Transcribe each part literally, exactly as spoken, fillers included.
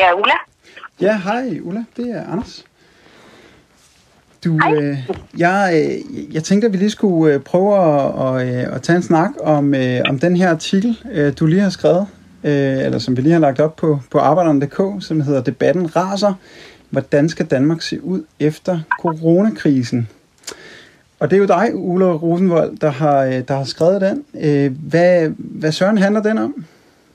det er Ulla. Ja, hej Ulla, det er Anders. Du, øh, jeg, øh, jeg tænkte, at vi lige skulle øh, prøve at, at, at tage en snak om, øh, om den her artikel, øh, du lige har skrevet, øh, eller som vi lige har lagt op på, på arbejderen punktum d k, som hedder Debatten raser. Hvordan skal Danmark se ud efter coronakrisen? Og det er jo dig, Ulla Rosenvold, der har, der har skrevet den. Hvad, hvad søren handler den om?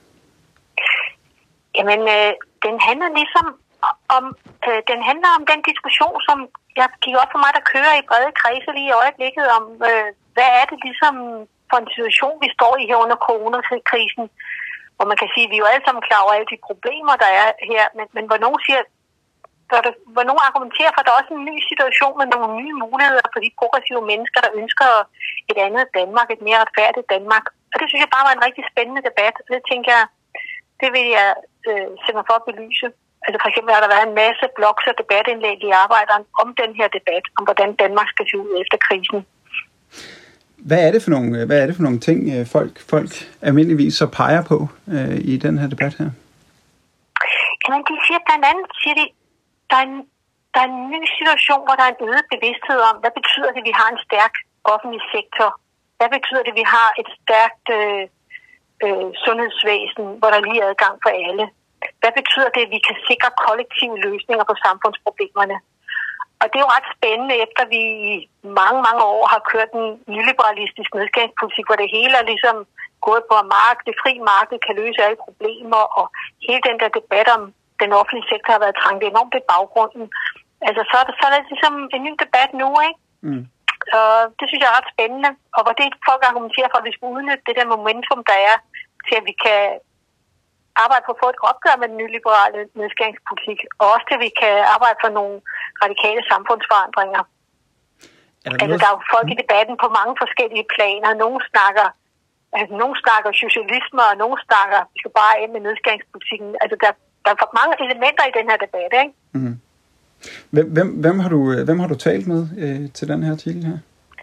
Jamen, øh, den handler ligesom om, øh, den handler om den diskussion, som jeg gik op for mig, der kører i brede kredse lige i øjeblikket, om øh, hvad er det ligesom for en situation, vi står i her under coronakrisen. Hvor man kan sige, at vi er jo alle sammen klar over alle de problemer, der er her, men, men hvor nogen siger, hvor nogen argumenterer for, at der er også en ny situation med nogle nye muligheder for de progressive mennesker, der ønsker et andet Danmark, et mere retfærdigt Danmark. Og det synes jeg bare var en rigtig spændende debat. Og det tænker jeg, det vil jeg øh, sætte mig for at belyse. Altså for eksempel har der været en masse blogs og debatindlæg i Arbejderen om den her debat, om hvordan Danmark skal se ud efter krisen. Hvad er det for nogle, hvad er det for nogle ting, folk, folk almindeligvis så peger på øh, i den her debat her? Jamen, de siger blandt andet, siger de, Der er, en, der er en ny situation, hvor der er en øget bevidsthed om, hvad betyder det, at vi har en stærk offentlig sektor? Hvad betyder det, at vi har et stærkt øh, øh, sundhedsvæsen, hvor der er lige adgang for alle? Hvad betyder det, at vi kan sikre kollektive løsninger på samfundsproblemerne? Og det er jo ret spændende, efter vi i mange, mange år har kørt en nyliberalistisk nedskæringspolitik, hvor det hele er ligesom gået på, at marked, det fri marked kan løse alle problemer, og hele den der debat om den offentlige sektor har været trængt enormt i baggrunden. Altså, så er, der, så er der ligesom en ny debat nu, ikke? Mm. Og det synes jeg er ret spændende. Og hvor det folk argumenterer for, at vi skal udnytte det der momentum, der er, til at vi kan arbejde på at få et opgør med den nyliberale nedskæringspolitik, og også til at vi kan arbejde for nogle radikale samfundsforandringer. Er der, altså, der er jo folk i debatten på mange forskellige planer. Nogle snakker, altså, nogle snakker socialisme, og nogle snakker, vi skal bare af med nedskæringspolitikken. Altså, der Der er mange elementer i den her debat, ikke? Mm. Hvem, hvem, hvem, har du, hvem har du talt med øh, til den her artikel her?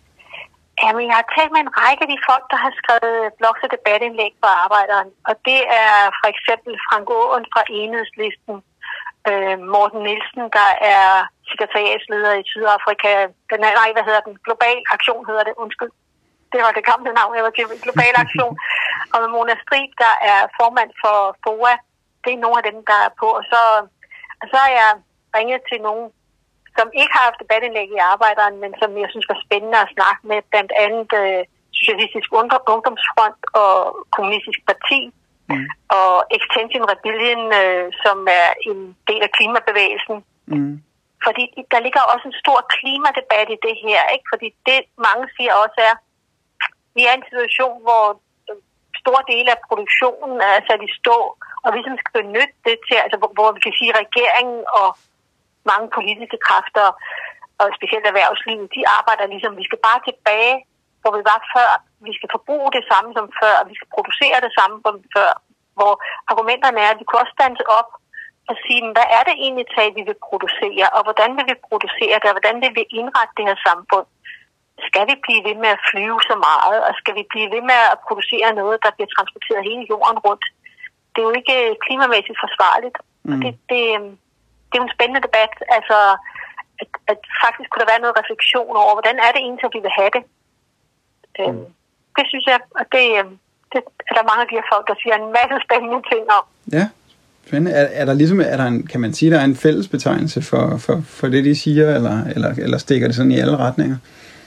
Jamen, jeg har talt med en række af de folk, der har skrevet blogs og debatindlæg på Arbejderen. Og det er for eksempel Frank Aaen fra Enhedslisten, øh, Morten Nielsen, der er sekretariatsleder i Sydafrika. Den er, nej, hvad hedder den? Global Aktion hedder det, undskyld. Det var det gamle navn, jeg var til. Global Aktion. Og med Mona Strib, der er formand for F O A. Det er nogle af dem, der er på. Og så, og så har jeg ringet til nogen, som ikke har haft debatindlæg i Arbejderen, men som jeg synes var spændende at snakke med, blandt andet øh, Socialistisk Ungdomsfront og Kommunistisk Parti, mm. og Extension Rebellion, øh, som er en del af klimabevægelsen. Mm. Fordi der ligger også en stor klimadebat i det her, ikke? Fordi det, mange siger også er, vi er i en situation, hvor store dele af produktionen er sat i stå, og vi som skal benytte det til, altså hvor, hvor vi kan sige, at regeringen og mange politiske kræfter, og specielt erhvervslivet, de arbejder ligesom, vi skal bare tilbage, hvor vi var før. Vi skal forbruge det samme som før, vi skal producere det samme som før. Hvor argumenterne er, at vi kunne også standse op og sige, hvad er det egentlig tag, vi vil producere, og hvordan vil vi producere det, og hvordan vil vi indrette det her samfund? Skal vi blive ved med at flyve så meget, og skal vi blive ved med at producere noget, der bliver transporteret hele jorden rundt? Det er jo ikke klimamæssigt forsvarligt. Mm. Det, det, det er jo en spændende debat. Altså, at, at faktisk kunne der være noget refleksion over, hvordan er det egentlig, at vi vil have det? Mm. Øhm, det synes jeg, og det, det er der mange af de her folk, der siger en masse spændende ting om. Ja, spændende. Er, er der ligesom, er der en, kan man sige, der er en fælles betegnelse for, for, for det, de siger, eller, eller, eller stikker det sådan i alle retninger?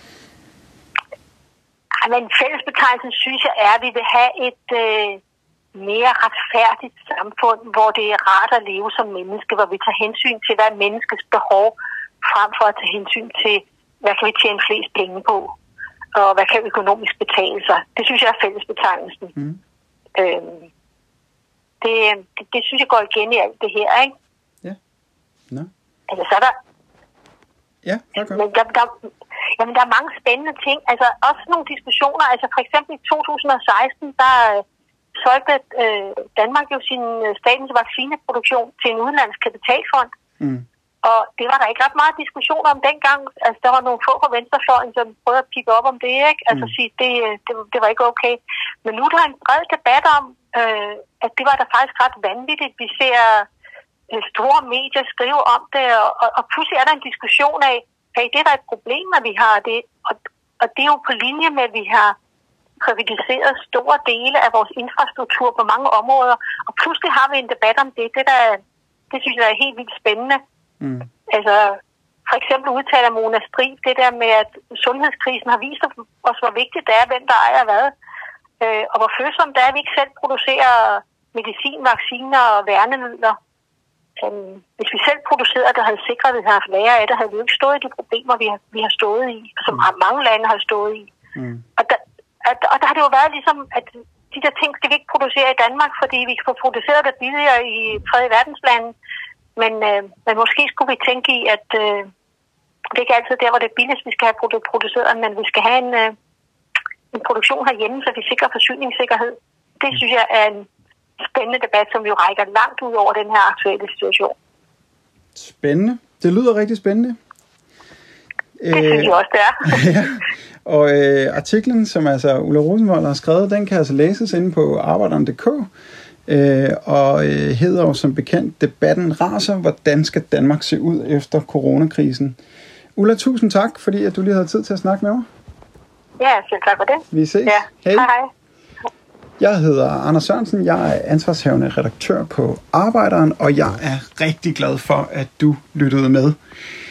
Ej, men fællesbetegnelsen synes jeg er, at vi vil have et øh, mere retfærdigt samfund, hvor det er rart at leve som menneske, hvor vi tager hensyn til, hvad er menneskets behov, frem for at tage hensyn til, hvad kan vi tjene flest penge på, og hvad kan økonomisk betale sig. Det synes jeg er fællesbetegnelsen. Mm. Øhm, det, det, det synes jeg går igen i alt det her, ikke? Ja. Nå. Altså, så er der... Ja, okay. Men der, der, jamen, der er mange spændende ting. Altså, også nogle diskussioner. Altså, for eksempel i to tusind og seksten, der øh, solgte øh, Danmark jo sin øh, statens vaccineproduktion til en udenlandsk kapitalfond. Mm. Og det var der ikke ret meget diskussion om dengang. Altså, der var nogle få fra venstrefløjen, som prøvede at pikke op om det, ikke? Altså, mm. sige, det, det, det var ikke okay. Men nu er der en bred debat om, øh, at det var der faktisk ret vanvittigt. Vi ser store medier skriver om det, og, og, og pludselig er der en diskussion af, hey, det er der et problem, at vi har det, og, og det er jo på linje med, at vi har privatiseret store dele af vores infrastruktur på mange områder, og pludselig har vi en debat om det. Det, der, det synes jeg er helt vildt spændende. Mm. Altså, for eksempel udtaler Mona Strid det der med, at sundhedskrisen har vist os, hvor vigtigt det er, hvem der ejer hvad, øh, og hvor følsomt det er, at vi ikke selv producerer medicin, vacciner og værnemidler. Um, hvis vi selv producerede det, havde sikret, at vi havde haft lager af det, havde vi jo ikke stået i de problemer, vi har, vi har stået i, som mm. mange lande har stået i. Mm. Og, der, at, og der har det jo været ligesom, at de der ting skal vi ikke producere i Danmark, fordi vi kan få produceret det billigere i tredje verdenslande. Men, øh, men måske skulle vi tænke i, at øh, det er ikke altid der, hvor det er billigst, vi skal have produceret, men vi skal have en, øh, en produktion herhjemme, så vi sikrer forsyningssikkerhed. Det synes jeg er en spændende debat, som jo rækker langt ud over den her aktuelle situation. Spændende. Det lyder rigtig spændende. Det øh, synes jeg også, det er. Ja. Og øh, artiklen, som altså Ulla Rosenvold har skrevet, den kan altså læses inde på arbejderen punktum d k, øh, og øh, hedder jo som bekendt Debatten raser, hvordan skal Danmark se ud efter coronakrisen. Ulla, tusind tak, fordi at du lige havde tid til at snakke med mig. Ja, selv tak for det. Vi ses. Ja. Hej. Hej, hej. Jeg hedder Anders Sørensen, jeg er ansvarshavende redaktør på Arbejderen, og jeg er rigtig glad for, at du lyttede med.